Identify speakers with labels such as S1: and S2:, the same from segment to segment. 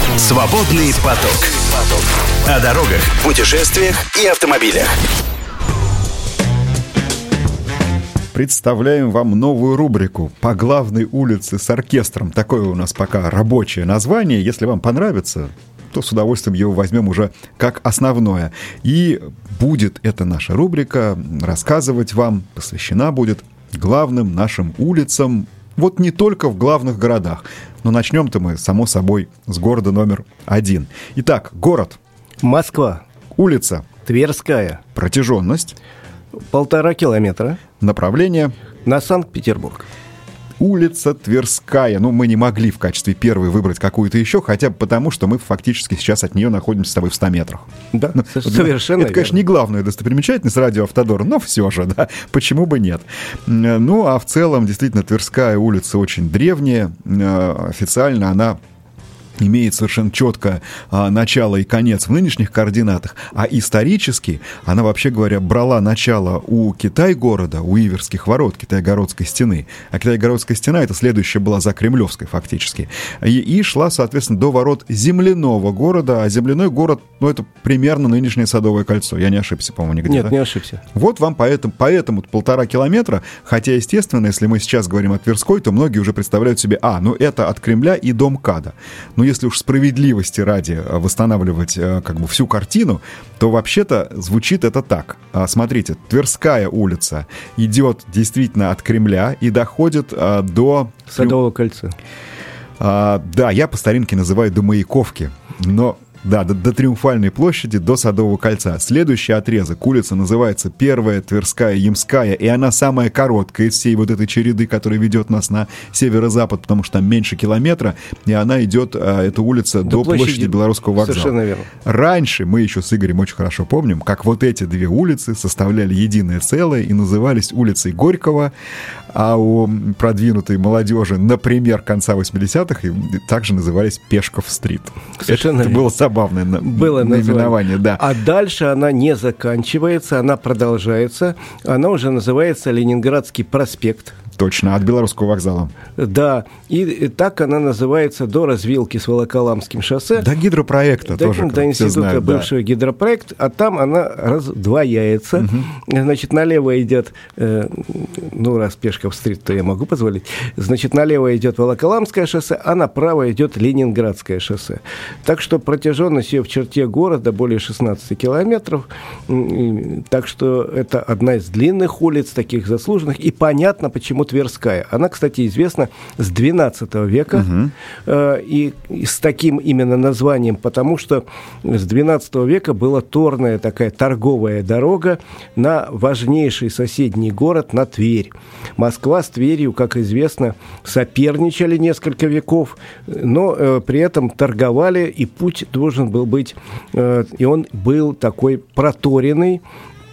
S1: Свободный поток. О дорогах, путешествиях и автомобилях.
S2: Представляем вам новую рубрику «По главной улице с оркестром». Такое у нас пока рабочее название. Если вам понравится, то с удовольствием его возьмем уже как основное. И будет эта наша рубрика рассказывать вам, посвящена будет главным нашим улицам, вот не только в главных городах. Но начнем-то мы, само собой, с города номер 1. Итак, город.
S3: Москва.
S2: Улица.
S3: Тверская.
S2: Протяженность.
S3: 1,5 километра.
S2: Направление.
S3: На Санкт-Петербург.
S2: Улица Тверская. Ну, мы не могли в качестве первой выбрать какую-то еще, хотя бы потому, что мы фактически сейчас от нее находимся с тобой в 100 метрах.
S3: Да, совершенно
S2: Это, конечно, не главная достопримечательность радио Автодор, но все же, да, почему бы нет. Ну, а в целом, действительно, Тверская улица очень древняя. Официально она имеет совершенно четкое начало и конец в нынешних координатах, а исторически она, вообще говоря, брала начало у Китай-города, у Иверских ворот, Китай-городской стены. А Китай-городская стена — это следующая была за Кремлевской фактически. И шла, соответственно, до ворот земляного города, а земляной город, ну, это примерно нынешнее Садовое кольцо. Я не ошибся, по-моему, нигде.
S3: Нет,
S2: да?
S3: не ошибся.
S2: Вот вам поэтому 1,5 километра, хотя, естественно, если мы сейчас говорим о Тверской, то многие уже представляют себе, ну, это от Кремля и до МКАДа. Но если уж справедливости ради восстанавливать как бы всю картину, то вообще-то звучит это так. Смотрите, Тверская улица идет действительно от Кремля и доходит до...
S3: Садового кольца.
S2: Да, я по старинке называю до Маяковки, но... Да, до Триумфальной площади, до Садового кольца. Следующий отрезок, улица называется Первая Тверская Ямская, и она самая короткая из всей вот этой череды, которая ведет нас на северо-запад, потому что там меньше километра, и она идет, эта улица, до площади Белорусского вокзала.
S3: Совершенно верно.
S2: Раньше мы еще с Игорем очень хорошо помним, как вот эти две улицы составляли единое целое и назывались улицей Горького, а у продвинутой молодежи, например, конца 80-х, также назывались Пешков-стрит.
S3: Совершенно
S2: это было забавное наименование, да.
S3: А дальше она не заканчивается, она продолжается. Она уже называется Ленинградский проспект.
S2: Точно, от Белорусского вокзала.
S3: Да, и так она называется до развилки с Волоколамским шоссе.
S2: До гидропроекта тоже.
S3: До института
S2: знают,
S3: бывшего гидропроект, а там она раздвояется. Значит, налево идет, раз Пешков-стрит, то я могу позволить. Значит, налево идет Волоколамское шоссе, а направо идет Ленинградское шоссе. Так что протяженность ее в черте города более 16 километров. Так что это одна из длинных улиц, таких заслуженных. И понятно, почему Тверская. Она, кстати, известна с XII века, и с таким именно названием, потому что с XII века была торная такая торговая дорога на важнейший соседний город, на Тверь. Москва с Тверью, как известно, соперничали несколько веков, но при этом торговали, и путь должен был быть, и он был такой проторенный,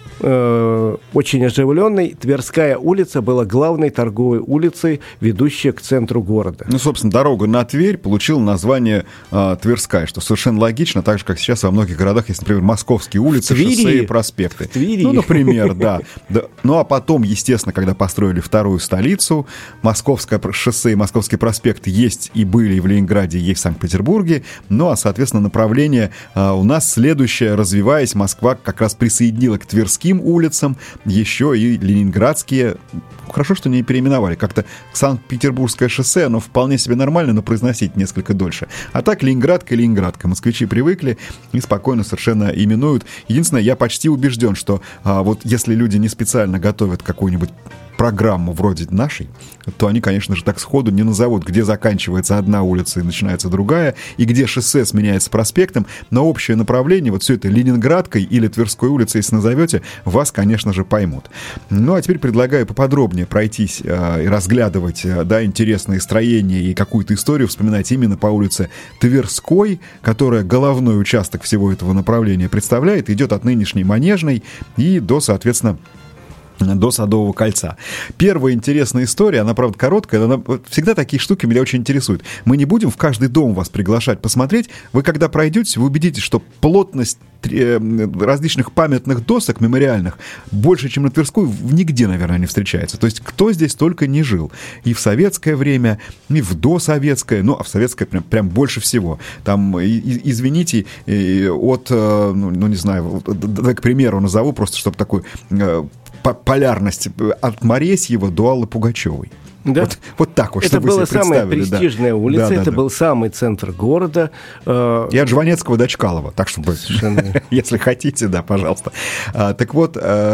S3: очень оживленной. Тверская улица была главной торговой улицей, ведущей к центру города.
S2: Ну, собственно, дорога на Тверь получила название Тверская, что совершенно логично, так же, как сейчас во многих городах есть, например, московские улицы, шоссе и проспекты.
S3: В Твери.
S2: Ну, например, да. Ну, а потом, естественно, когда построили вторую столицу, Московское шоссе и Московский проспект есть и были и в Ленинграде, и есть в Санкт-Петербурге. Ну, а, соответственно, направление у нас следующее, развиваясь, Москва как раз присоединила к Тверским улицам еще и ленинградские. Хорошо, что не переименовали. Как-то Санкт-Петербургское шоссе, оно вполне себе нормально, но произносить несколько дольше. А так Ленинградка и Ленинградка. Москвичи привыкли и спокойно совершенно именуют. Единственное, я почти убежден, что вот если люди не специально готовят какую-нибудь программу вроде нашей, то они, конечно же, так сходу не назовут, где заканчивается одна улица и начинается другая, и где шоссе сменяется проспектом, но общее направление, вот все это Ленинградкой или Тверской улицей, если назовете, вас, конечно же, поймут. Ну, а теперь предлагаю поподробнее пройтись и разглядывать, да, интересные строения и какую-то историю вспоминать именно по улице Тверской, которая головной участок всего этого направления представляет, идет от нынешней Манежной и до, соответственно, до Садового кольца. Первая интересная история, она, правда, короткая, но всегда такие штуки меня очень интересуют. Мы не будем в каждый дом вас приглашать посмотреть. Вы, когда пройдете, вы убедитесь, что плотность различных памятных досок мемориальных больше, чем на Тверской, нигде, наверное, не встречается. То есть кто здесь только не жил. И в советское время, и в досоветское, ну, а в советское прям больше всего. Там, извините, от, ну, не знаю, к примеру назову, просто чтобы такой... полярность от Моресьева до Аллы Пугачевой.
S3: Да?
S2: Вот так вот,
S3: это
S2: чтобы вы себе представили.
S3: Это была самая престижная улица, это был самый центр города.
S2: И от Жванецкого до Чкалова, так чтобы, если хотите, да, пожалуйста. Так вот,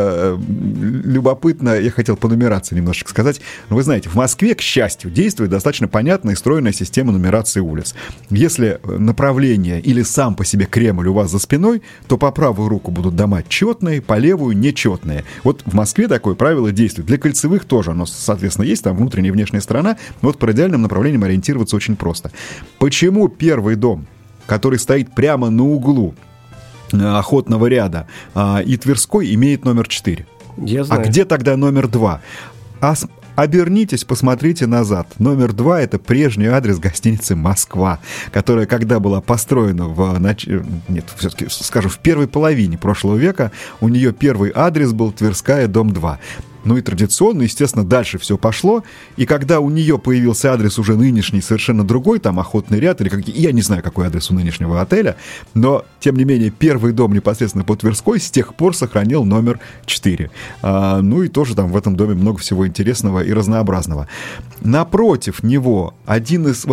S2: любопытно, я хотел по нумерации немножечко сказать. Вы знаете, в Москве, к счастью, действует достаточно понятная и стройная система нумерации улиц. Если направление или сам по себе Кремль у вас за спиной, то по правую руку будут дома четные, по левую нечетные. Вот в Москве такое правило действует. Для кольцевых тоже оно, соответственно, есть, там внутренняя и внешняя сторона, вот по идеальным направлениям ориентироваться очень просто. Почему первый дом, который стоит прямо на углу Охотного ряда и Тверской, имеет номер 4?
S3: Я знаю.
S2: А где тогда номер 2? Обернитесь, посмотрите назад. Номер 2 — это прежний адрес гостиницы «Москва», которая, когда была построена все-таки, скажем, в первой половине прошлого века, у нее первый адрес был Тверская, дом 2. Ну и традиционно, естественно, дальше все пошло. И когда у нее появился адрес уже нынешний, совершенно другой, там Охотный ряд, или я не знаю, какой адрес у нынешнего отеля, но, тем не менее, первый дом непосредственно по Тверской с тех пор сохранил номер 4. Ну и тоже там в этом доме много всего интересного и разнообразного. Напротив него один из...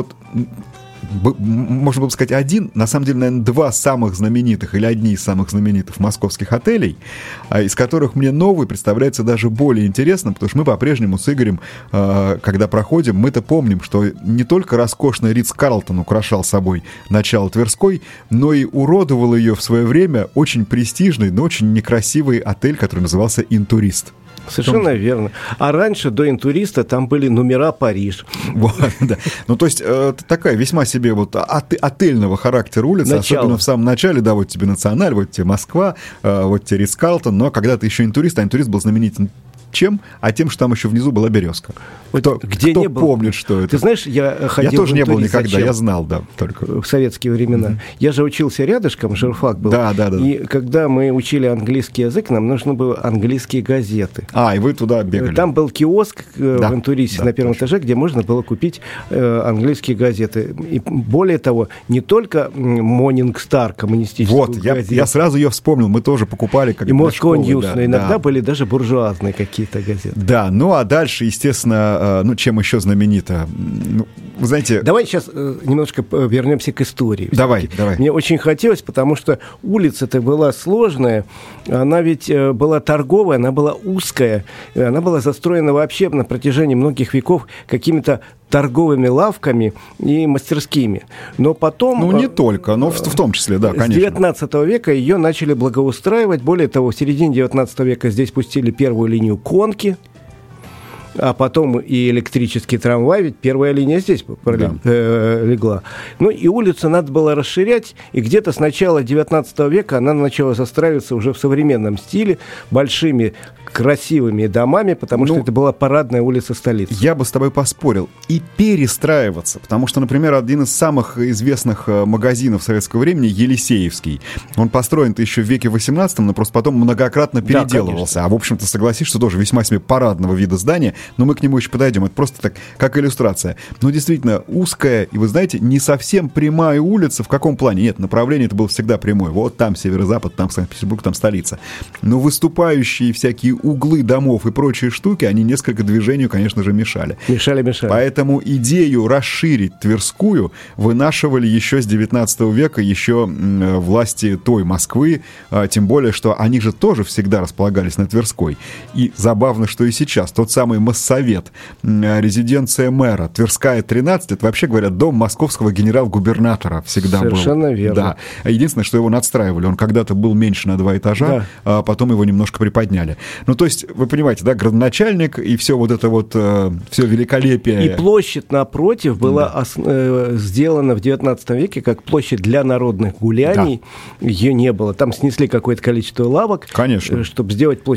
S2: можно было сказать, на самом деле, наверное, два самых знаменитых или одни из самых знаменитых московских отелей, из которых мне новый представляется даже более интересным, потому что мы по-прежнему с Игорем, когда проходим, мы-то помним, что не только роскошный Ритц-Карлтон украшал собой начало Тверской, но и уродовал ее в свое время очень престижный, но очень некрасивый отель, который назывался «Интурист».
S3: Совершенно верно. А раньше, до «Интуриста», там были номера «Париж».
S2: Вот, да. Ну, то есть, такая весьма себе вот отельного характера улица, особенно в самом начале, да, вот тебе «Националь», вот тебе «Москва», вот тебе «Ритц-Карлтон», но когда ты еще «Интурист», а «Интурист» был знаменитен чем? А тем, что там еще внизу была «Березка». Кто не был, помнит, что это?
S3: Ты знаешь, я ходил.
S2: Я тоже не был никогда,
S3: зачем?
S2: Я знал, да, только.
S3: В советские времена. Я же учился рядышком, журфак был.
S2: Да.
S3: И когда мы учили английский язык, нам нужно было английские газеты.
S2: И вы туда бегали.
S3: Там был киоск в «Интуристе» на первом этаже, где можно было купить английские газеты. И более того, не только «Morning Star», коммунистическую газету. Вот,
S2: я сразу ее вспомнил, мы тоже покупали. Как
S3: и «Moscow News», но иногда были даже буржуазные какие-то газеты.
S2: Да, ну а дальше, естественно, чем еще знаменита? Вы знаете...
S3: Давай сейчас немножко вернемся к истории.
S2: Давай.
S3: Мне очень хотелось, потому что улица-то была сложная, она ведь была торговая, она была узкая, она была застроена вообще на протяжении многих веков какими-то торговыми лавками и мастерскими. Но потом...
S2: Ну, не только, но в том числе, да, конечно.
S3: С 19 века ее начали благоустраивать. Более того, в середине 19 века здесь пустили первую линию конки, а потом и электрический трамвай, ведь первая линия здесь легла. Ну и улицу надо было расширять, и где-то с начала 19 века она начала застраиваться уже в современном стиле, большими красивыми домами, потому что это была парадная улица столицы. Я бы с тобой поспорил.
S2: И перестраиваться, потому что, например, один из самых известных магазинов советского времени, Елисеевский, он построен-то еще в веке 18, но просто потом многократно переделывался. Да, в общем-то, согласись, что тоже весьма себе парадного вида здания, но мы к нему еще подойдем. Это просто так, как иллюстрация. Но действительно узкая, и вы знаете, не совсем прямая улица. В каком плане? Нет, направление это было всегда прямое. Вот там северо-запад, там Санкт-Петербург, там столица. Но выступающие всякие углы домов и прочие штуки, они несколько движению, конечно же, мешали.
S3: Мешали.
S2: Поэтому идею расширить Тверскую вынашивали еще с 19 века, еще власти той Москвы, тем более, что они же тоже всегда располагались на Тверской. И забавно, что и сейчас. Тот самый Моссовет, резиденция мэра, Тверская, 13, это, вообще говоря, дом московского генерал-губернатора всегда был.
S3: Совершенно верно.
S2: Да. Единственное, что его надстраивали. Он когда-то был меньше на 2 этажа, а потом его немножко приподняли. Ну, то есть, вы понимаете, да, градоначальник и все вот это вот, все великолепие.
S3: И площадь напротив была сделана в 19 веке как площадь для народных гуляний. Да. Ее не было. Там снесли какое-то количество лавок,
S2: конечно,
S3: чтобы сделать площадь.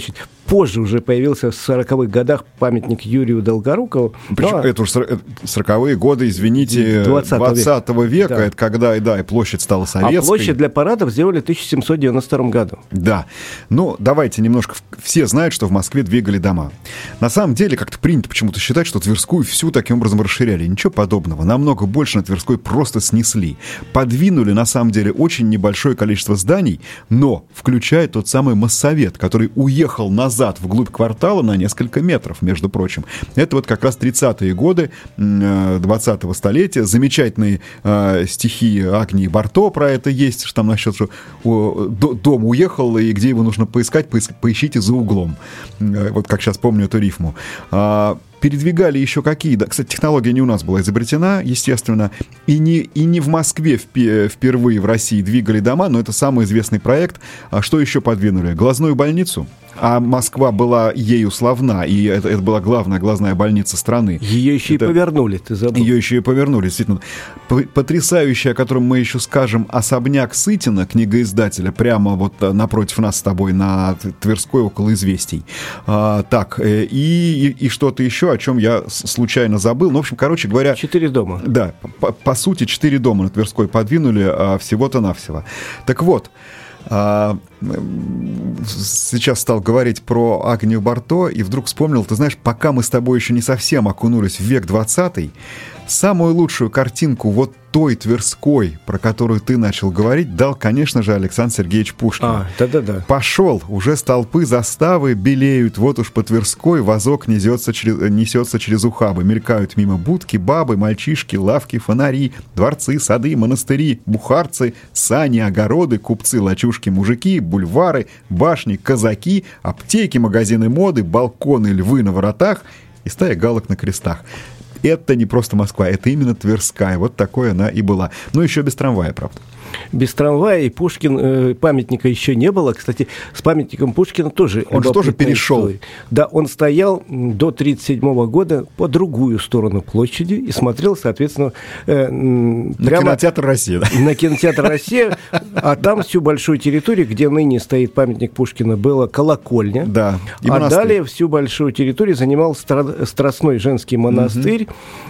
S3: позже уже появился в 40-х годах памятник Юрию Долгорукову.
S2: Причем это уже 40-е годы, извините, 20 века. Да. Это когда, да, и площадь стала советской.
S3: А площадь для парадов сделали в 1792 году.
S2: Да. Ну, давайте немножко... Все знают, что в Москве двигали дома. На самом деле, как-то принято почему-то считать, что Тверскую всю таким образом расширяли. Ничего подобного. Намного больше на Тверской просто снесли. Подвинули, на самом деле, очень небольшое количество зданий, но включая тот самый Моссовет, который уехал назад вглубь квартала на несколько метров, между прочим. Это вот как раз 30-е годы 20-го столетия. Замечательные стихи Агнии Барто про это есть, что там насчет, что дом уехал, и где его нужно поискать, поищите за углом. Вот как сейчас помню эту рифму. Передвигали еще какие... Да, кстати, технология не у нас была изобретена, естественно, и не в Москве впервые в России двигали дома, но это самый известный проект. А что еще подвинули? Глазную больницу. А Москва была ею славна, и это была главная больница страны.
S3: Ее еще и повернули, ты забыл.
S2: Ее еще и повернули, действительно. Потрясающий, о котором мы еще скажем, особняк Сытина, книгоиздателя, прямо вот напротив нас с тобой на Тверской, около «Известий». Так, и что-то еще, о чем я случайно забыл. Ну, в общем, короче говоря...
S3: 4 дома.
S2: Да, по сути, 4 дома на Тверской подвинули всего-то навсего. Так вот, сейчас стал говорить про Агнию Барто, и вдруг вспомнил, ты знаешь, пока мы с тобой еще не совсем окунулись в век 20-й, самую лучшую картинку вот той Тверской, про которую ты начал говорить, дал, конечно же, Александр Сергеевич Пушкин.
S3: Да-да-да.
S2: Пошел, уже столпы заставы белеют, вот уж по Тверской возок несется через ухабы, мелькают мимо будки, бабы, мальчишки, лавки, фонари, дворцы, сады, монастыри, бухарцы, сани, огороды, купцы, лачушки, мужики, бульвары, башни, казаки, аптеки, магазины моды, балконы, львы на воротах и стая галок на крестах. Это не просто Москва, это именно Тверская. Вот такой она и была. Но еще без трамвая, правда.
S3: Без трамвая, и Пушкин, памятника еще не было. Кстати, с памятником Пушкина тоже...
S2: Он же тоже перешел.
S3: История. Да, он стоял до 1937 года по другую сторону площади и смотрел, соответственно, прямо...
S2: На кинотеатр «Россия», да?
S3: На кинотеатр «Россия», а там всю большую территорию, где ныне стоит памятник Пушкина, была колокольня.
S2: Да,
S3: и монастырь. Далее всю большую территорию занимал Страстной женский монастырь.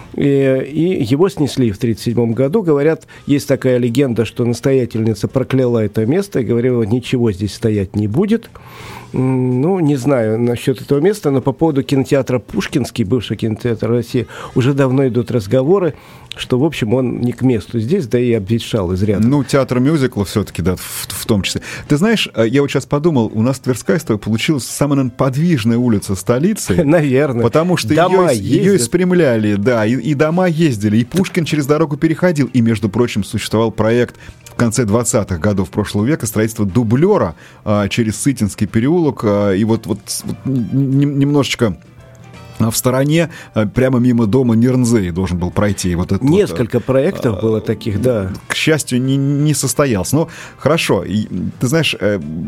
S3: И его снесли в 1937 году. Говорят, есть такая легенда, что настоятельница прокляла это место и говорила, ничего здесь стоять не будет. Ну, не знаю насчет этого места, но по поводу кинотеатра «Пушкинский», бывший кинотеатр «Россия», уже давно идут разговоры, что, в общем, он не к месту здесь, да и обветшал изрядно.
S2: Ну, театр мюзикла все-таки, да, в том числе. Ты знаешь, я вот сейчас подумал, у нас Тверская получилась самая, наверное, подвижная улица столицы.
S3: Наверное.
S2: Потому что ее спрямляли, да, и дома ездили, и Пушкин через дорогу переходил. И, между прочим, существовал проект в конце 20-х годов прошлого века строительства дублера через Сытинский переулок, и вот немножечко в стороне, прямо мимо дома Нернзей должен был пройти. Вот этот
S3: несколько проектов было таких, да.
S2: К счастью, не состоялся. Но хорошо, ты знаешь,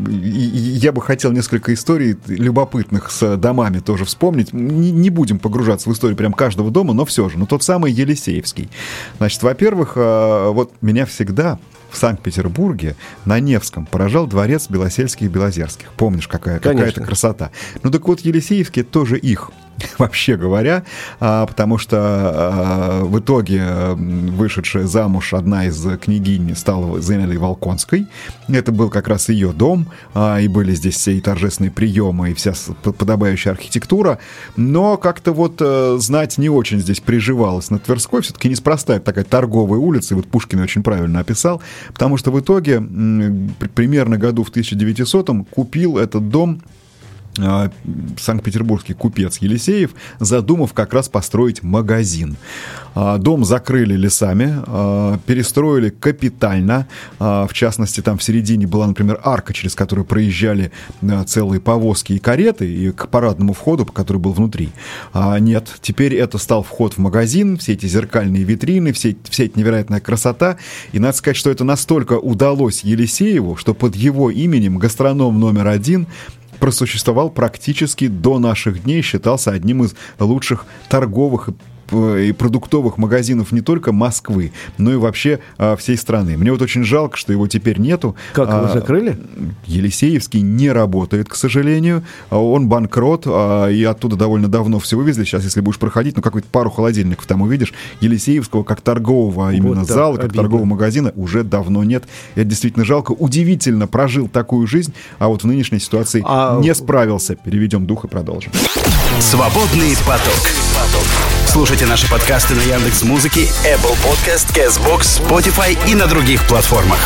S2: я бы хотел несколько историй любопытных с домами тоже вспомнить. Не будем погружаться в историю прям каждого дома, но все же. Но тот самый Елисеевский. Значит, во-первых, вот меня всегда... В Санкт-Петербурге на Невском поражал дворец Белосельских-Белозерских. Помнишь, какая-то красота? Ну так вот, Елисеевский тоже их, вообще говоря, потому что в итоге вышедшая замуж одна из княгинь стала Зинаидой Волконской. Это был как раз ее дом, и были здесь все и торжественные приемы, и вся подобающая архитектура. Но как-то вот знать не очень здесь приживалось на Тверской. Все-таки неспроста такая торговая улица, и вот Пушкин очень правильно описал. Потому что в итоге, примерно году в 1900-м, купил этот дом санкт-петербургский купец Елисеев, задумав как раз построить магазин. Дом закрыли лесами, перестроили капитально. В частности, там в середине была, например, арка, через которую проезжали целые повозки и кареты, и к парадному входу, который был внутри. Нет, теперь это стал вход в магазин, все эти зеркальные витрины, вся эта невероятная красота. И надо сказать, что это настолько удалось Елисееву, что под его именем гастроном номер 1 просуществовал практически до наших дней, считался одним из лучших торговых и продуктовых магазинов не только Москвы, но и вообще всей страны. Мне вот очень жалко, что его теперь нету.
S3: Как, его закрыли?
S2: Елисеевский не работает, к сожалению. Он банкрот, и оттуда довольно давно все вывезли. Сейчас, если будешь проходить, какую-то пару холодильников там увидишь. Елисеевского как торгового именно вот зала, как обидно. Торгового магазина уже давно нет. Это действительно жалко. Удивительно прожил такую жизнь, а вот в нынешней ситуации не справился. Переведем дух и продолжим.
S1: Свободный поток. Слушайте наши подкасты на Яндекс.Музыке, Apple Podcast, Castbox, Spotify и на других платформах.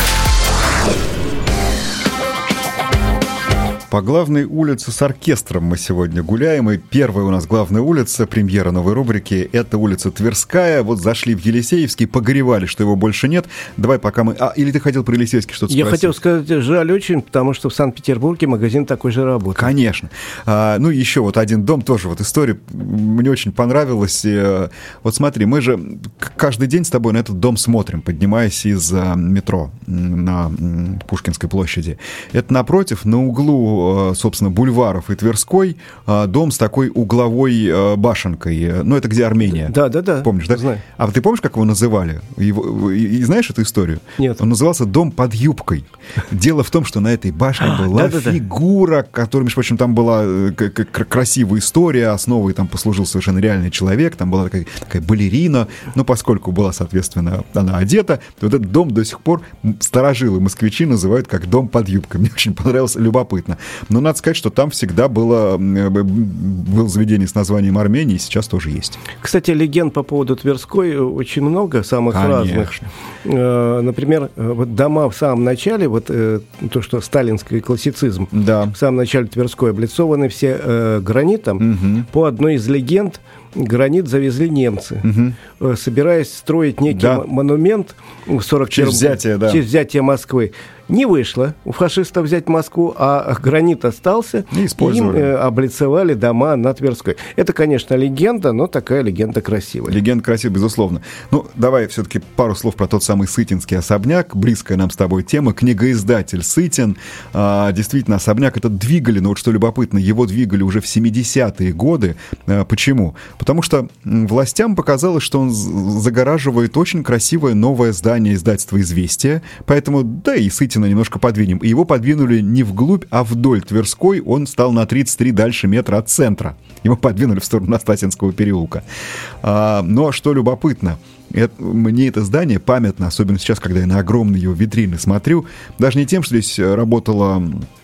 S2: По главной улице с оркестром мы сегодня гуляем. И первая у нас главная улица, премьера новой рубрики, это улица Тверская. Вот зашли в Елисеевский, погоревали, что его больше нет. Давай пока мы... или ты хотел про Елисеевский что-то спросить?
S3: Я хотел сказать, жаль очень, потому что в Санкт-Петербурге магазин такой же работает.
S2: Конечно. Еще вот один дом, тоже вот история мне очень понравилась. Вот смотри, мы же каждый день с тобой на этот дом смотрим, поднимаясь из метро на Пушкинской площади. Это напротив, на углу, собственно, Бульваров и Тверской, дом с такой угловой башенкой. Ну, это где Армения.
S3: Да.
S2: Помнишь, да?
S3: Знаю.
S2: А ты помнишь, как его называли? И знаешь эту историю?
S3: Нет.
S2: Он назывался «Дом под юбкой». Дело в том, что на этой башне была фигура, которая, между прочим, там была красивая история, основой там послужил совершенно реальный человек, там была такая балерина, но поскольку была, соответственно, она одета, то этот дом до сих пор старожилы москвичи называют как «Дом под юбкой». Мне очень понравилось, любопытно. Но надо сказать, что там всегда было заведение с названием Армении, и сейчас тоже есть.
S3: Кстати, легенд по поводу Тверской очень много, самых разных. Например, вот дома в самом начале, вот то, что сталинский классицизм, в самом начале Тверской облицованы все гранитом. По одной из легенд гранит завезли немцы, собираясь строить некий монумент в 41-м, через взятие Москвы. Не вышло у фашистов взять Москву, а гранит остался, и им облицевали дома на Тверской. Это, конечно, легенда, но такая легенда красивая.
S2: Легенда красивая, безусловно. Ну, давай все-таки пару слов про тот самый Сытинский особняк. Близкая нам с тобой тема. Книгоиздатель Сытин. Действительно, особняк этот двигали, но вот что любопытно, его двигали уже в 70-е годы. Почему? Потому что властям показалось, что он загораживает очень красивое новое здание издательства «Известия». Поэтому, да, и Сытин немножко подвинем. И его подвинули не вглубь, а вдоль Тверской. Он стал на 33 дальше метра от центра. Его подвинули в сторону Настасьинского переулка. Но что любопытно, мне это здание памятно, особенно сейчас, когда я на огромные его витрины смотрю, даже не тем, что здесь работала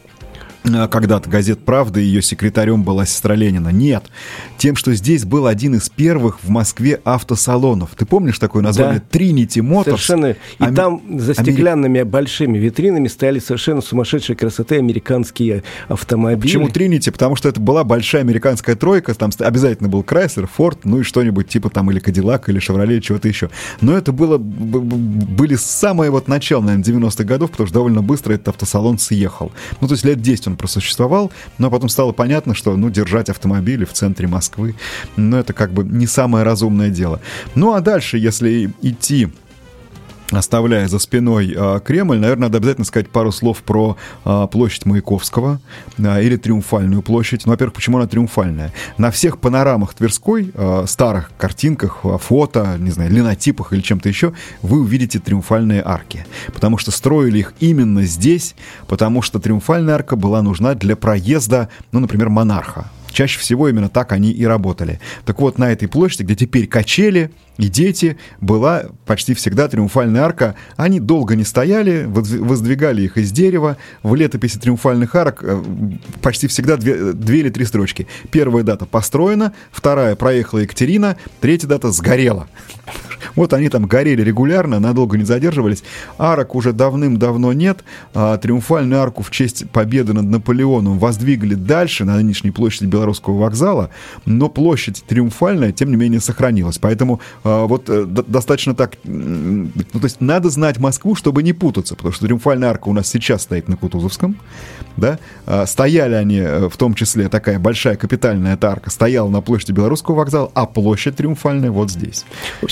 S2: когда-то газета «Правда», ее секретарем была сестра Ленина. Нет. Тем, что здесь был один из первых в Москве автосалонов. Ты помнишь такое название? Trinity Motors.
S3: Совершенно. И там за стеклянными большими витринами стояли совершенно сумасшедшей красоты американские автомобили.
S2: Почему Trinity? Потому что это была большая американская тройка. Там обязательно был Chrysler, Ford, ну и что-нибудь типа там или Cadillac, или Chevrolet, или чего-то еще. Но это были самые вот начала, наверное, 90-х годов, потому что довольно быстро этот автосалон съехал. Ну, то есть лет 10 он просуществовал, но потом стало понятно, что, держать автомобили в центре Москвы, это как бы не самое разумное дело. Ну, а дальше, если идти, оставляя за спиной Кремль, наверное, надо обязательно сказать пару слов про площадь Маяковского или Триумфальную площадь. Ну, во-первых, почему она триумфальная? На всех панорамах Тверской, старых картинках, фото, не знаю, линотипах или чем-то еще, вы увидите триумфальные арки. Потому что строили их именно здесь, потому что триумфальная арка была нужна для проезда, например, монарха. Чаще всего именно так они и работали. Так вот, на этой площади, где теперь качели и дети, была почти всегда триумфальная арка. Они долго не стояли, воздвигали их из дерева. В летописи триумфальных арок почти всегда 2 или 3 строчки. Первая дата построена, вторая проехала Екатерина, третья дата сгорела. Вот они там горели регулярно, надолго не задерживались. Арок уже давным-давно нет. Триумфальную арку в честь победы над Наполеоном воздвигли дальше, на нынешней площади Белорусского вокзала, но площадь триумфальная, тем не менее, сохранилась. Поэтому достаточно так... то есть надо знать Москву, чтобы не путаться, потому что триумфальная арка у нас сейчас стоит на Кутузовском. Да? Стояли они, в том числе такая большая капитальная арка, стояла на площади Белорусского вокзала, а площадь триумфальная вот здесь.
S3: В общем, путаница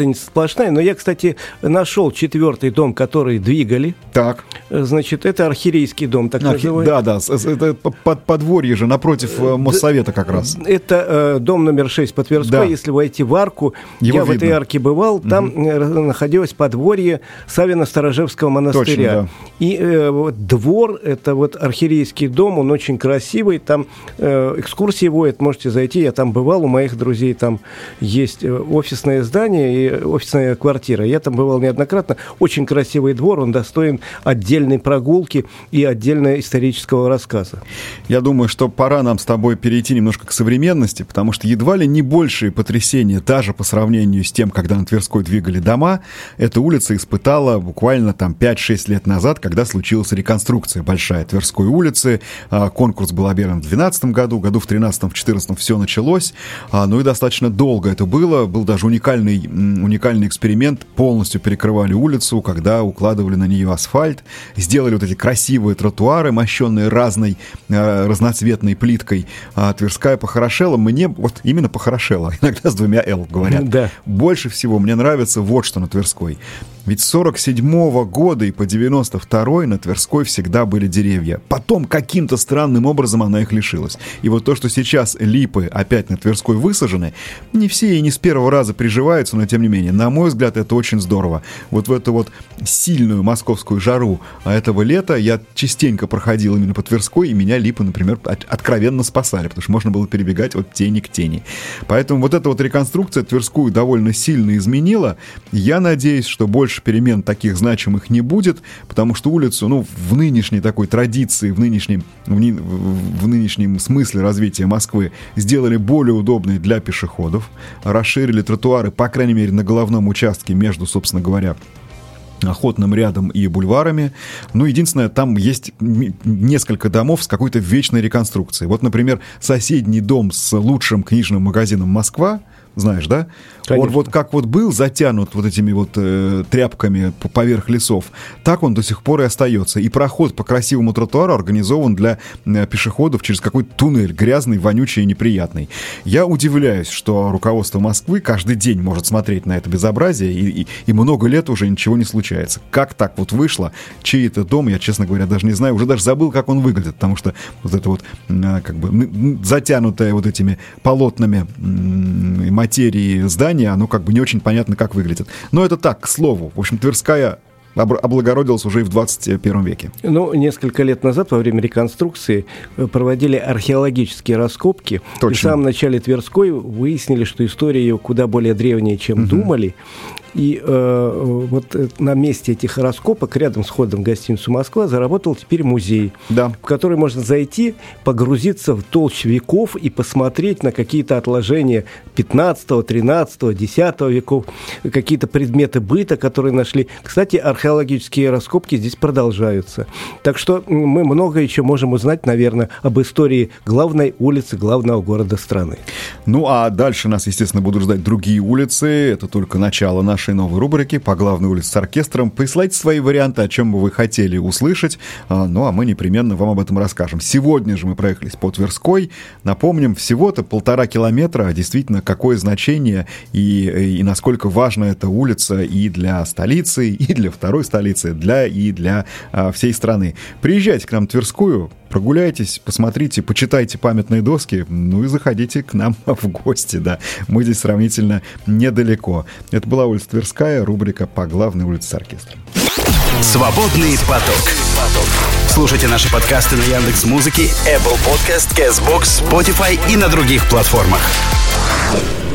S3: путаница сплошная. Но я, кстати, нашел 4-й дом, который двигали.
S2: Так.
S3: Значит, это архиерейский дом, так называемый.
S2: Да, это подворье же, напротив Моссовета как раз.
S3: Это дом номер 6 по Тверской. Да. Если войти в арку, я в этой арке бывал, там находилось подворье Савино-Сторожевского монастыря. Точно, да. И вот двор, это вот архиерейский дом, он очень красивый, там экскурсии водят, можете зайти, я там бывал, у моих друзей там есть офисное здание и офисная квартира, я там бывал неоднократно, очень красивый двор, он достоин отдельной прогулки и отдельного исторического рассказа.
S2: Я думаю, что пора нам с тобой перейти немножко к современности, потому что едва ли не большие потрясения, даже по сравнению с тем, когда на Тверской двигали дома, эта улица испытала буквально там 5-6 лет назад, когда случилась реконструкция большая Тверской улицы. Конкурс был объявлен в 2012 году, в 2013, в 2014 все началось. Ну и достаточно долго это было. Был даже уникальный эксперимент. Полностью перекрывали улицу, когда укладывали на нее асфальт. Сделали вот эти красивые тротуары, мощенные разноцветной плиткой. Тверская похорошела. Мне вот именно похорошела. Иногда с 2 «л» говорят. Да. Больше всего мне нравится вот что на Тверской. Ведь с 47-го года и по 92-й на Тверской всегда были деревья. Потом каким-то странным образом она их лишилась. И вот то, что сейчас липы опять на Тверской высажены, не все и не с первого раза приживаются, но тем не менее, на мой взгляд, это очень здорово. Вот в эту вот сильную московскую жару этого лета я частенько проходил именно по Тверской, и меня липы, например, откровенно спасали, потому что можно было перебегать от тени к тени. Поэтому вот эта вот реконструкция Тверскую довольно сильно изменила. Я надеюсь, что больше перемен таких значимых не будет, потому что улицу, в нынешней такой традиции, в нынешнем смысле развития Москвы сделали более удобной для пешеходов, расширили тротуары, по крайней мере, на головном участке между, собственно говоря, Охотным рядом и бульварами. Единственное, там есть несколько домов с какой-то вечной реконструкцией. Вот, например, соседний дом с лучшим книжным магазином «Москва», знаешь, да? Конечно. Он вот как вот был затянут вот этими вот тряпками поверх лесов, так он до сих пор и остается. И проход по красивому тротуару организован для пешеходов через какой-то туннель, грязный, вонючий и неприятный. Я удивляюсь, что руководство Москвы каждый день может смотреть на это безобразие, и много лет уже ничего не случается. Как так вот вышло? Чей это дом, я, честно говоря, даже не знаю. Уже даже забыл, как он выглядит, потому что вот это вот как бы затянутое вот этими полотнами материи здания, оно как бы не очень понятно, как выглядит. Но это так, к слову. В общем, Тверская облагородилась уже и в 21 веке.
S3: Несколько лет назад, во время реконструкции, проводили археологические раскопки. Точно. И в самом начале Тверской выяснили, что история ее куда более древняя, чем думали. И вот на месте этих раскопок, рядом с входом в гостиницу «Москва», заработал теперь музей, в который можно зайти, погрузиться в толщу веков и посмотреть на какие-то отложения 15, 13, 10 веков, какие-то предметы быта, которые нашли. Кстати, археологические раскопки здесь продолжаются. Так что мы много еще можем узнать, наверное, об истории главной улицы, главного города страны.
S2: А дальше нас, естественно, будут ждать другие улицы. Это только начало нашей новой рубрики «По главной улице с оркестром». Присылайте свои варианты, о чем бы вы хотели услышать, а мы непременно вам об этом расскажем. Сегодня же мы проехались по Тверской. Напомним, всего-то 1,5 километра, а действительно, какое значение и насколько важна эта улица и для столицы, и для второй столицы, и для всей страны. Приезжайте к нам в Тверскую, прогуляйтесь, посмотрите, почитайте памятные доски, и заходите к нам в гости, да. Мы здесь сравнительно недалеко. Это была улица Тверская, рубрика «По главной улице с оркестром».
S1: Свободный поток. Слушайте наши подкасты на Яндекс.Музыке, Apple Podcast, Castbox, Spotify и на других платформах.